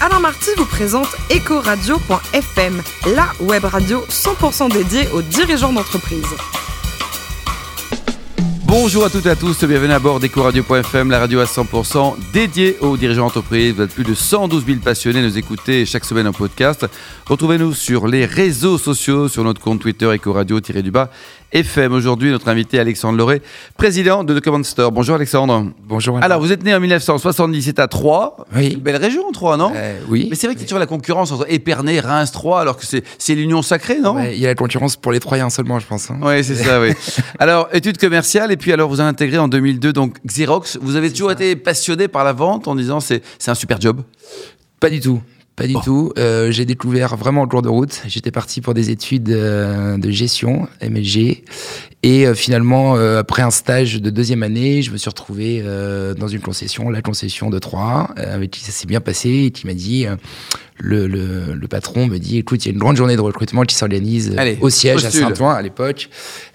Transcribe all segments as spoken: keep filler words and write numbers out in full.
Alain Marty vous présente Ecoradio point F M, la web radio cent pour cent dédiée aux dirigeants d'entreprise. Bonjour à toutes et à tous, bienvenue à bord d'Ecoradio point F M, la radio à cent pour cent dédiée aux dirigeants d'entreprise. Vous êtes plus de cent douze mille passionnés, nous écoutez chaque semaine en podcast. Retrouvez-nous sur les réseaux sociaux, sur notre compte Twitter Ecoradio-du-bas F M. Aujourd'hui, notre invité Alexandre Lauré, président de The Command Store. Bonjour Alexandre. Bonjour. Alors, vous êtes né en dix-neuf cent soixante-dix-sept à Troyes. Oui. Une belle région, Troyes, non ? euh, Oui. Mais c'est vrai qu'il y a toujours la concurrence entre Épernay, Reims, Troyes, alors que c'est, c'est l'union sacrée, non ? Ouais, il y a la concurrence pour les Troyens seulement, je pense. Hein. Oui, c'est ça, oui. Alors, études commerciales, et puis alors, vous avez intégré en deux mille deux, donc Xerox. Vous avez toujours été passionné par la vente en disant c'est, c'est un super job ? Pas du tout. Pas du Bon. tout. Euh, j'ai découvert vraiment en cours de route. J'étais parti pour des études euh, de gestion, M L G. Et euh, finalement, euh, après un stage de deuxième année, je me suis retrouvé euh, dans une concession, la concession de Troyes, euh, avec qui ça s'est bien passé et qui m'a dit... Euh, Le, le, le patron me dit, écoute, il y a une grande journée de recrutement qui s'organise Allez, au siège postule. à Saint-Ouen à l'époque.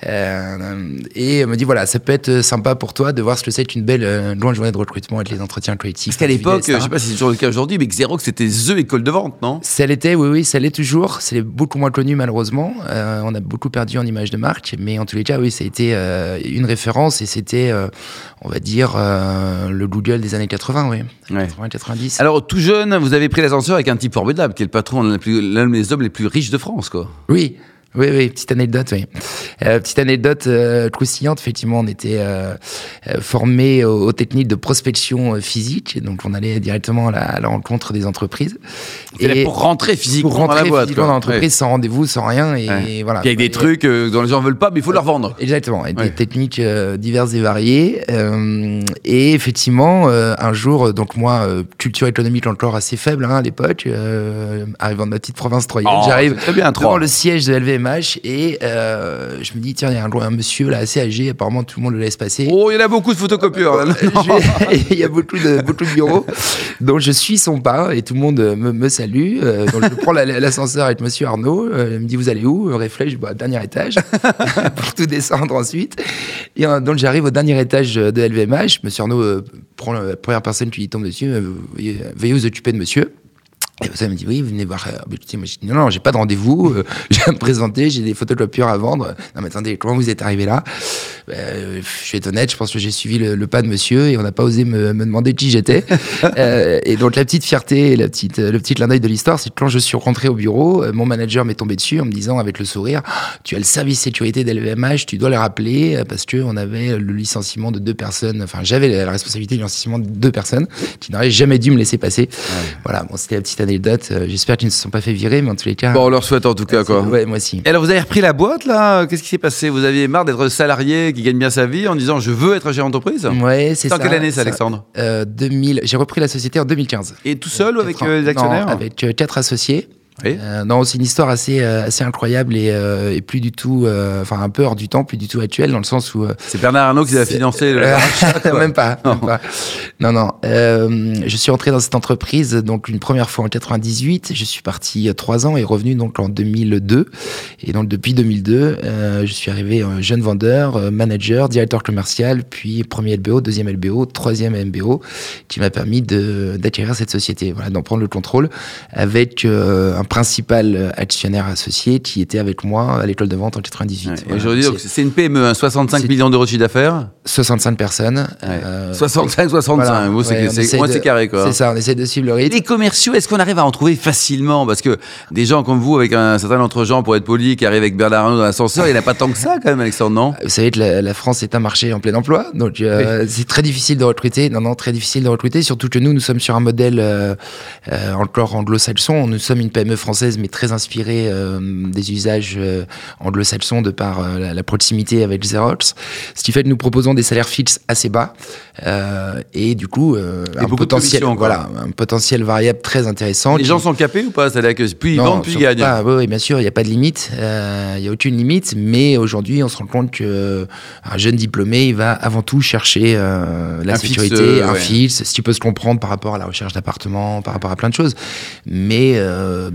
Euh, et me dit, voilà, ça peut être sympa pour toi de voir ce que c'est qu'une belle euh, grande journée de recrutement avec les entretiens collectifs. Parce qu'à l'époque, et cetera. je sais pas si c'est toujours le cas aujourd'hui, mais Xerox, c'était The école de vente, non ? Ça l'était, oui, oui, ça l'est toujours. C'est beaucoup moins connu, malheureusement. Euh, on a beaucoup perdu en image de marque. Mais en tous les cas, oui, ça a été euh, une référence et c'était, euh, on va dire, euh, le Google des années quatre-vingts, oui. Ouais. quatre-vingts quatre-vingt-dix. Alors, tout jeune, vous avez pris l'ascenseur avec un type formidable, qui est le patron, l'un des plus- l'un des hommes les plus riches de France, quoi. Oui, oui, oui, petite anecdote, oui. Euh, petite anecdote euh, croustillante, effectivement, on était euh, euh, formés aux, aux techniques de prospection euh, physique, et donc on allait directement à la, à la rencontre des entreprises. Et pour rentrer physiquement pour rentrer dans la boîte, physiquement quoi. dans l'entreprise, Ouais. sans rendez-vous, sans rien, et Ouais. voilà. Puis avec des Et- trucs euh, dont les gens veulent pas, mais il faut leur vendre. Exactement, et Ouais. des techniques euh, diverses et variées. Euh, et effectivement, euh, un jour, euh, donc moi, euh, culture économique encore assez faible hein, à l'époque, euh, arrivant de ma petite province troyenne, Oh, j'arrive c'est très bien, devant Troyes. le siège de L V M H et euh, je me dis, tiens, il y a un, un monsieur là assez âgé, apparemment tout le monde le laisse passer. Oh, il y en a beaucoup de photocopieurs, là. Euh, je vais- Il y a beaucoup de, beaucoup de bureaux. Donc je suis son pas et tout le monde me, me salue. Euh, donc je prends la- l'ascenseur avec monsieur Arnaud. Euh, il me dit, vous allez où ? Réflexe, je vois, dernier étage pour tout descendre ensuite. Et euh, donc j'arrive au dernier étage de L V M H. Monsieur Arnaud euh, prend la première personne qui lui tombe dessus. Euh, veuillez, veuillez vous occuper de monsieur. Et ça me dit, oui, venez voir. Euh, bah, écoutez, moi, je dis, non, non, j'ai pas de rendez-vous. Euh, je viens me présenter, j'ai des photocopieurs à vendre. Non, mais attendez, comment vous êtes arrivé là ? Euh, Je vais être honnête, je pense que j'ai suivi le, le pas de monsieur et on n'a pas osé me, me demander qui j'étais. euh, et donc, la petite fierté et la petite, le petit clin d'œil de l'histoire, c'est que quand je suis rentré au bureau, euh, mon manager m'est tombé dessus en me disant, avec le sourire, tu as le service sécurité d'L V M H, tu dois le rappeler euh, parce qu'on avait le licenciement de deux personnes. Enfin, j'avais la, la responsabilité du licenciement de deux personnes qui n'auraient jamais dû me laisser passer. Ouais. Voilà, bon, c'était la petite anecdote. Euh, j'espère qu'ils ne se sont pas fait virer, mais en tous les cas. Bon, on leur souhaite en tout cas, quoi. Ouais, moi aussi. Et alors, vous avez repris la boîte, là ? Qu'est-ce qui s'est passé ? Vous aviez marre d'être salarié qui gagne bien sa vie en disant je veux être gérant d'entreprise ? Ouais, c'est C'est ça. en quelle année, ça, ça Alexandre ? euh, deux mille. J'ai repris la société en deux mille quinze. Et tout seul ou avec Quatre- euh, les actionnaires ? Non, avec euh, quatre associés. Oui. Euh, non, c'est une histoire assez euh, assez incroyable et, euh, et plus du tout, enfin euh, un peu hors du temps, plus du tout actuelle dans le sens où. Euh, c'est Bernard Arnault qui a financé le. Euh, même pas, même pas. Non, non. Euh, je suis entré dans cette entreprise donc une première fois en quatre-vingt-dix-huit. Je suis parti euh, trois ans et revenu donc en deux mille deux. Et donc depuis deux mille deux, euh, je suis arrivé euh, jeune vendeur, euh, manager, directeur commercial, puis premier L B O, deuxième L B O, troisième M B O, qui m'a permis de d'acquérir cette société, voilà, d'en prendre le contrôle avec euh, un principal actionnaire associé qui était avec moi à l'école de vente en quatre-vingt-dix-huit. Ouais. Voilà, Aujourd'hui, donc, c'est c'est une P M E, hein, soixante-cinq c'est- millions d'euros de chiffre d'affaires. soixante-cinq personnes. Ouais. Euh, soixante-cinq, soixante-cinq. voilà. Vous, c'est, Ouais, on c'est, essaie moi, de- c'est carré, quoi. C'est ça, on essaie de suivre le Et rythme. les commerciaux, est-ce qu'on arrive à en trouver facilement ? Parce que des gens comme vous, avec un certain entre-gens, pour être poli, qui arrivent avec Bernard Arnault dans l'ascenseur, il n'y en a pas tant que ça, quand même, Alexandre, non ? Vous savez que la, la France est un marché en plein emploi, donc euh, c'est très difficile de recruter. Non, non, très difficile de recruter, surtout que nous, nous sommes sur un modèle euh, euh, encore anglo-saxon. Nous sommes une P M E française, mais très inspirée euh, des usages euh, anglo-saxons de par euh, la, la proximité avec Xerox. Ce qui fait que nous proposons des salaires fixes assez bas euh, et du coup euh, Et un beaucoup de potentiel, commissions, quoi. voilà, un potentiel variable très intéressant. Les qui- gens sont capés ou pas ? C'est-à-dire que plus ils Non, vendent, plus ils surtout gagnent. pas. Oui, oui, bien sûr, il n'y a pas de limite. Euh, Il n'y a aucune limite. Mais aujourd'hui, on se rend compte qu'un jeune diplômé, il va avant tout chercher euh, la Un sécurité, fixe, euh, un ouais. fixe, ce qui peut se comprendre par rapport à la recherche d'appartement, par rapport à plein de choses. Mais euh, bien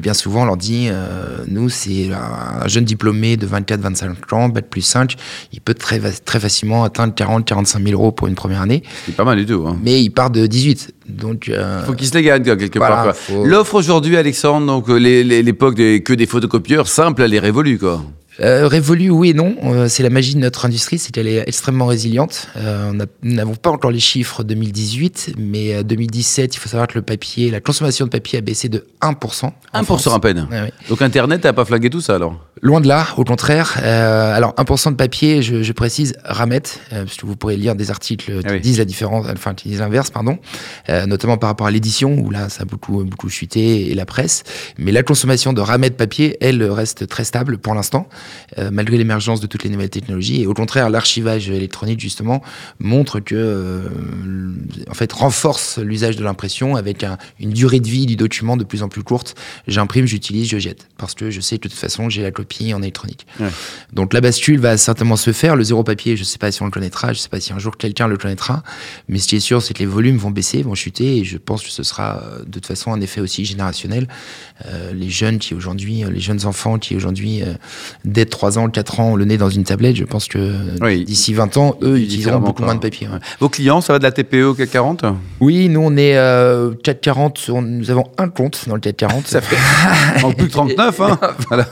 bien souvent, on leur dit, euh, nous, c'est un, un jeune diplômé de vingt-quatre vingt-cinq ans, bac plus cinq, il peut très, très facilement atteindre quarante quarante-cinq mille euros pour une première année. C'est pas mal du tout. Hein. Mais il part de dix-huit. Donc, euh, faut qu'il se les gagne quelque voilà, part. Quoi. faut... L'offre aujourd'hui, Alexandre, donc les, les, l'époque des, que des photocopieurs simples, elle est révolue, quoi. Euh, révolue, oui et non. Euh, c'est la magie de notre industrie, c'est qu'elle est extrêmement résiliente. Euh, on a, nous n'avons pas encore les chiffres deux mille dix-huit, mais euh, deux mille dix-sept, il faut savoir que le papier, la consommation de papier a baissé de un pour cent. un pour cent à peine. Ouais, ouais. Donc Internet n'a pas flagué tout ça alors? Loin de là, au contraire. Euh, alors un pour cent de papier, je, je précise, Ramet, euh, parce que vous pourrez lire des articles qui ah oui. disent la différence, enfin qui disent l'inverse, pardon, euh, notamment par rapport à l'édition où là ça a beaucoup beaucoup chuté et la presse. Mais la consommation de Ramet papier, elle reste très stable pour l'instant. Euh, malgré l'émergence de toutes les nouvelles technologies. Et au contraire, l'archivage électronique, justement, montre que, euh, en fait, renforce l'usage de l'impression avec un, une durée de vie du document de plus en plus courte. J'imprime, j'utilise, je jette. Parce que je sais que de toute façon, j'ai la copie en électronique. Ouais. Donc la bascule va certainement se faire. Le zéro papier, je ne sais pas si on le connaîtra, je ne sais pas si un jour quelqu'un le connaîtra. Mais ce qui est sûr, c'est que les volumes vont baisser, vont chuter. Et je pense que ce sera, de toute façon, un effet aussi générationnel. Euh, les jeunes qui aujourd'hui, les jeunes enfants qui aujourd'hui, euh, dès trois ans, quatre ans, le nez dans une tablette, je pense que oui. d'ici vingt ans, eux, ils utiliseront beaucoup moins de papier. Ouais. Vos clients, ça va de la T P E au C A C quarante? Oui, nous, on est euh, C A C quarante, on, nous avons un compte dans le C A C quarante. Ça fait en plus de trente-neuf, hein. Voilà.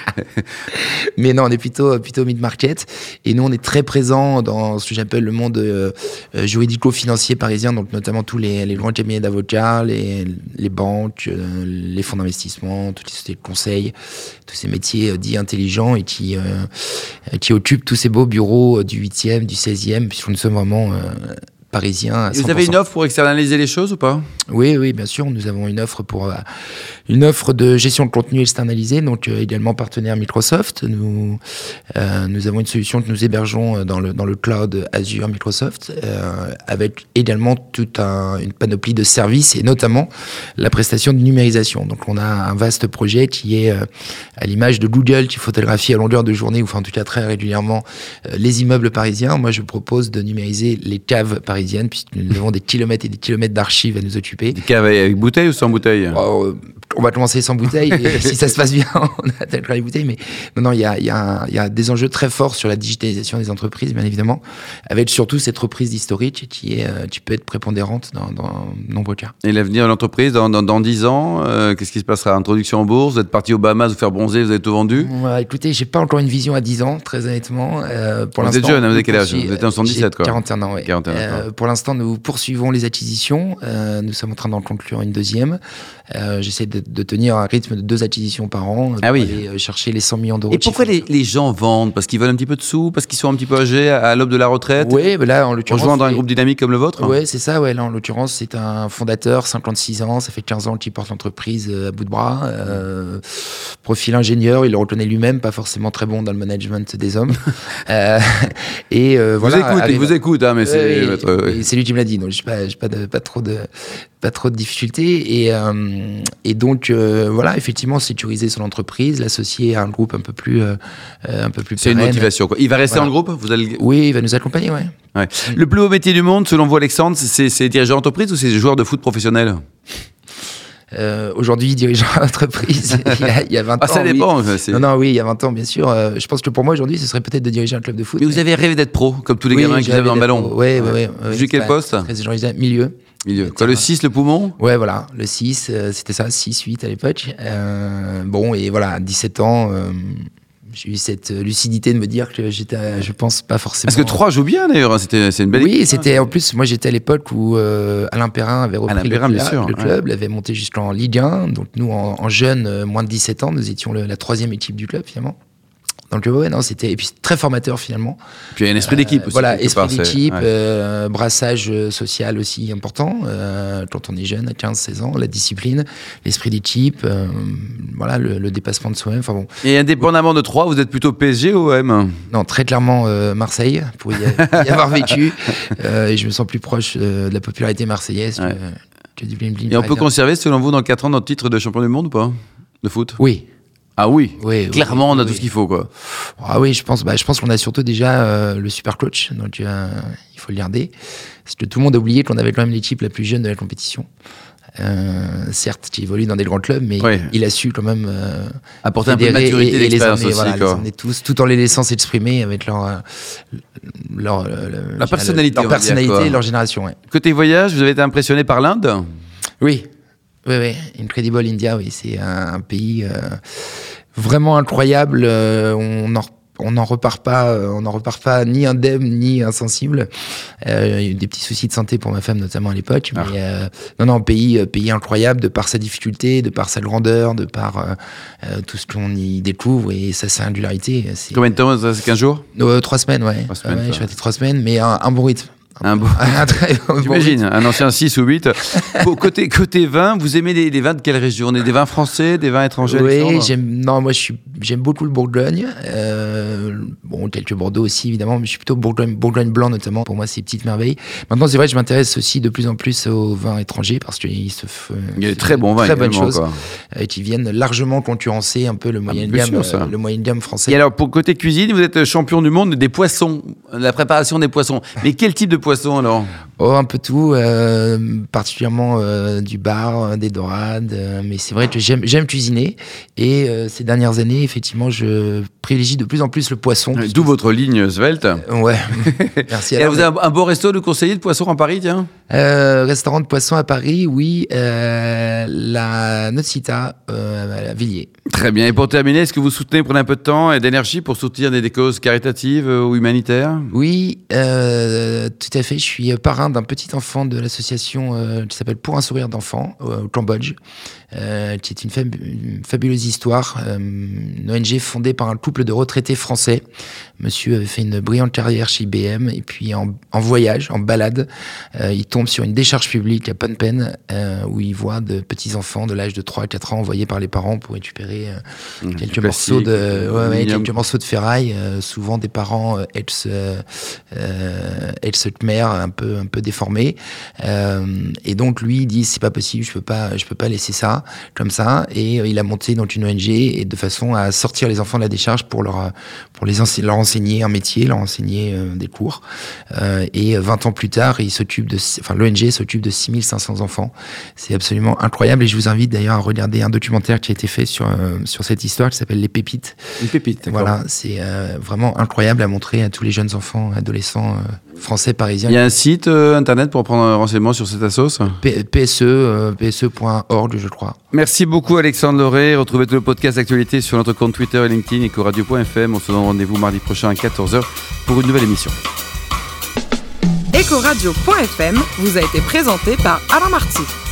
Mais non, on est plutôt, plutôt mid-market. Et nous, on est très présents dans ce que j'appelle le monde euh, juridico-financier parisien, donc notamment tous les, les grands cabinets d'avocats, les, les banques, euh, les fonds d'investissement, toutes les sociétés de conseil, tous ces métiers euh, dits intelligents et qui Euh, qui occupe tous ces beaux bureaux du huitième, du seizième, puisque nous sommes vraiment euh, parisiens à cent pour cent. Vous avez une offre pour externaliser les choses ou pas? Oui, oui, bien sûr. Nous avons une offre pour euh, une offre de gestion de contenu externalisée, donc euh, également partenaire Microsoft. Nous euh, nous avons une solution que nous hébergeons dans le dans le cloud Azure Microsoft, euh, avec également toute un, une panoplie de services et notamment la prestation de numérisation. Donc on a un vaste projet qui est euh, à l'image de Google qui photographie à longueur de journée, ou enfin en tout cas très régulièrement, euh, les immeubles parisiens. Moi, je propose de numériser les caves parisiennes, puisque nous avons des kilomètres et des kilomètres d'archives à nous occuper. Des caves avec bouteille ou sans bouteille? Oh, on va commencer sans bouteille, et si ça se passe bien, on attaquera les bouteilles. Mais non, non, il y a, y, a y a des enjeux très forts sur la digitalisation des entreprises, bien évidemment, avec surtout cette reprise d'historique qui, est, euh, qui peut être prépondérante dans, dans de nombreux cas. Et l'avenir de l'entreprise, dans, dans, dans dix ans, euh, qu'est-ce qui se passera? Introduction en bourse, vous êtes parti aux Bahamas, vous faire bronzer, vous avez tout vendu? Ouais, écoutez, j'ai pas encore une vision à dix ans, très honnêtement. Euh, pour vous l'instant, êtes jeune, vous avez quel âge? Vous êtes en soixante-dix-sept, quoi. quarante et un ans, oui. Euh, pour l'instant, nous poursuivons les acquisitions. Euh, nous sommes en train d'en conclure une deuxième. Euh, j'essaie de, de tenir un rythme de deux acquisitions par an, ah oui. aller chercher les cent millions d'euros. Et pourquoi les, les gens vendent? Parce qu'ils veulent un petit peu de sous, parce qu'ils sont un petit peu âgés à, à l'aube de la retraite? Oui, bah là, en l'occurrence. Rejoindre un groupe dynamique comme le vôtre? Oui, c'est ça, ouais. Là, en l'occurrence, c'est un fondateur, cinquante-six ans, ça fait quinze ans qu'il porte l'entreprise à bout de bras. Euh, profil ingénieur, il le reconnaît lui-même, pas forcément très bon dans le management des hommes. euh, et euh, vous voilà. Écoute, avec... Il vous écoute, hein, mais c'est. Euh, et, votre... et c'est lui qui me l'a dit, donc j'ai pas, j'ai pas, de, pas trop de. pas trop de difficultés et, euh, et donc euh, voilà, effectivement sécuriser son entreprise, l'associer à un groupe un peu plus euh, un peu plus c'est pérenne. Une motivation quoi. Il va rester voilà. dans le groupe? Vous allez... Oui, il va nous accompagner, ouais. ouais. Mmh. Le plus beau métier du monde selon vous, Alexandre, c'est, c'est dirigeant d'entreprise ou c'est joueur de foot professionnel? Euh, aujourd'hui, dirigeant d'entreprise, il, y a, il y a vingt ah, ans. Ça dépend. Oui. C'est... Non, non, oui, il y a vingt ans, bien sûr. Euh, je pense que pour moi, aujourd'hui, ce serait peut-être de diriger un club de foot. Mais, mais... vous avez rêvé d'être pro, comme tous les oui, gamins qui avaient un ballon. Oui, oui, oui. Vous jouez quel poste? Milieu. Milieu. Quoi, le six, le poumon? Ouais, voilà. Le six, euh, c'était ça, six huit à l'époque. Euh, bon, et voilà, à dix-sept ans, euh, j'ai eu cette lucidité de me dire que j'étais, je pense, pas forcément. Parce que trois joue bien d'ailleurs, hein. C'était, c'est une belle oui, équipe. c'était, en plus, moi j'étais à l'époque où euh, Alain Perrin avait repris Alain Perrin, le, bien sûr, le club, ouais. l'avait monté jusqu'en Ligue un. Donc nous, en, en jeunes, euh, moins de dix-sept ans, nous étions le, la troisième équipe du club finalement. Donc ouais, non, c'était et puis très formateur finalement. Puis il y a un esprit d'équipe euh, aussi. Voilà, esprit part, d'équipe, ouais. euh, brassage social aussi important. Euh, quand on est jeune, à quinze seize ans, la discipline, l'esprit d'équipe, euh, voilà, le, le dépassement de soi-même. Enfin bon. Et indépendamment de Troyes, vous êtes plutôt P S G ou O M? Non, très clairement euh, Marseille, pour y, a, y avoir vécu. Euh, et je me sens plus proche euh, de la popularité marseillaise ouais. que, que du bling bling. Et on peut conserver, selon vous, dans quatre ans, notre titre de champion du monde ou pas? De foot? Oui. Ah oui, oui clairement, oui, on a oui. tout ce qu'il faut, quoi. Ah oui, je pense, bah, je pense qu'on a surtout déjà euh, le super coach, donc euh, il faut le garder. Parce que tout le monde a oublié qu'on avait quand même l'équipe la plus jeune de la compétition. Euh, certes, qui évolue dans des grands clubs, mais oui. il a su quand même euh, apporter un peu de maturité et, et d'expérience les emmener, aussi. Voilà, les emmener tous, tout en les laissant s'exprimer avec leur, leur, leur, leur personnalité, leur personnalité dire, et leur génération. Ouais. Côté voyage, vous avez été impressionné par l'Inde ? Oui, oui, oui. Incredible India, oui, c'est un, un pays euh, vraiment incroyable. Euh, on en On n'en repart pas, on n'en repart pas ni indemne ni insensible. Euh, il y a eu des petits soucis de santé pour ma femme notamment à l'époque, ah. mais euh, non, non, pays, pays incroyable de par sa difficulté, de par sa grandeur, de par euh, tout ce qu'on y découvre et sa singularité. C'est... Combien de temps, ça, c'est quinze jours ? euh, Trois semaines, ouais. Trois semaines, ouais je suis resté trois semaines, mais un, un bon rythme. Un bon... J'imagine, un ancien six ou huit. côté, côté vin, vous aimez les, les vins de quelle région ? Des vins français, des vins étrangers ? Oui, j'aime, non, moi je suis, j'aime beaucoup le Bourgogne. Euh, bon, quelques Bordeaux aussi évidemment, mais je suis plutôt Bourgogne, Bourgogne blanc notamment. Pour moi, c'est une petite merveille. Maintenant, c'est vrai que je m'intéresse aussi de plus en plus aux vins étrangers parce qu'il se fait. Il y a des très bons vins, très bonnes choses euh, qui viennent largement concurrencer un peu le moyen ah, gamme, sûr, le moyen gamme français. Et alors, pour côté cuisine, vous êtes champion du monde des poissons, de la préparation des poissons. Mais quel type de poisson alors ? Oh, un peu tout, euh, particulièrement euh, du bar, des dorades, euh, mais c'est vrai que j'aime, j'aime cuisiner et euh, ces dernières années, effectivement, je privilégie de plus en plus le poisson. Ouais, d'où votre ligne svelte. Euh, ouais, merci. Et alors, vous avez un, un beau resto de conseiller de poisson en Paris, tiens ? euh, Restaurant de poisson à Paris, oui, euh, la Nocita euh, à Villiers. Très bien, et pour terminer, est-ce que vous soutenez, prenez un peu de temps et d'énergie pour soutenir des, des causes caritatives ou humanitaires ? Oui, euh, tout à fait, je suis parrain d'un petit enfant de l'association euh, qui s'appelle Pour un sourire d'enfant euh, au Cambodge, euh, qui est une, fab- une fabuleuse histoire, euh, une O N G fondée par un couple de retraités français. Monsieur avait fait une brillante carrière chez I B M et puis en, en voyage, en balade, euh, il tombe sur une décharge publique à Phnom Penh euh, où il voit de petits enfants de l'âge de trois à quatre ans envoyés par les parents pour récupérer euh, quelques morceaux de ouais, ouais, quelques morceaux de ferraille, euh, souvent des parents euh, ex euh, euh, ex-Khmer un peu un peu déformés, euh, et donc lui il dit c'est pas possible, je peux pas je peux pas laisser ça comme ça, et euh, il a monté donc une O N G et de façon à sortir les enfants de la décharge pour leur pour les ense- leur enseigner un métier, leur enseigner euh, des cours, euh, et vingt ans plus tard il s'occupe de enfin l'O N G s'occupe de six mille cinq cents enfants. C'est absolument incroyable et je vous invite d'ailleurs à regarder un documentaire qui a été fait sur euh, sur cette histoire qui s'appelle Les Pépites. Les Pépites, d'accord. Voilà, c'est euh, vraiment incroyable à montrer à tous les jeunes enfants, adolescents euh, français, parisiens. Il y a un site euh, internet pour prendre un renseignement sur cette assoce ? P- PSE, euh, P S E point org, je crois. Merci beaucoup Alexandre Lauré. Retrouvez tout le podcast d'actualité sur notre compte Twitter et LinkedIn ecoradio point f m. On se donne rendez-vous mardi prochain à quatorze heures pour une nouvelle émission. ecoradio point f m vous a été présenté par Alain Marty.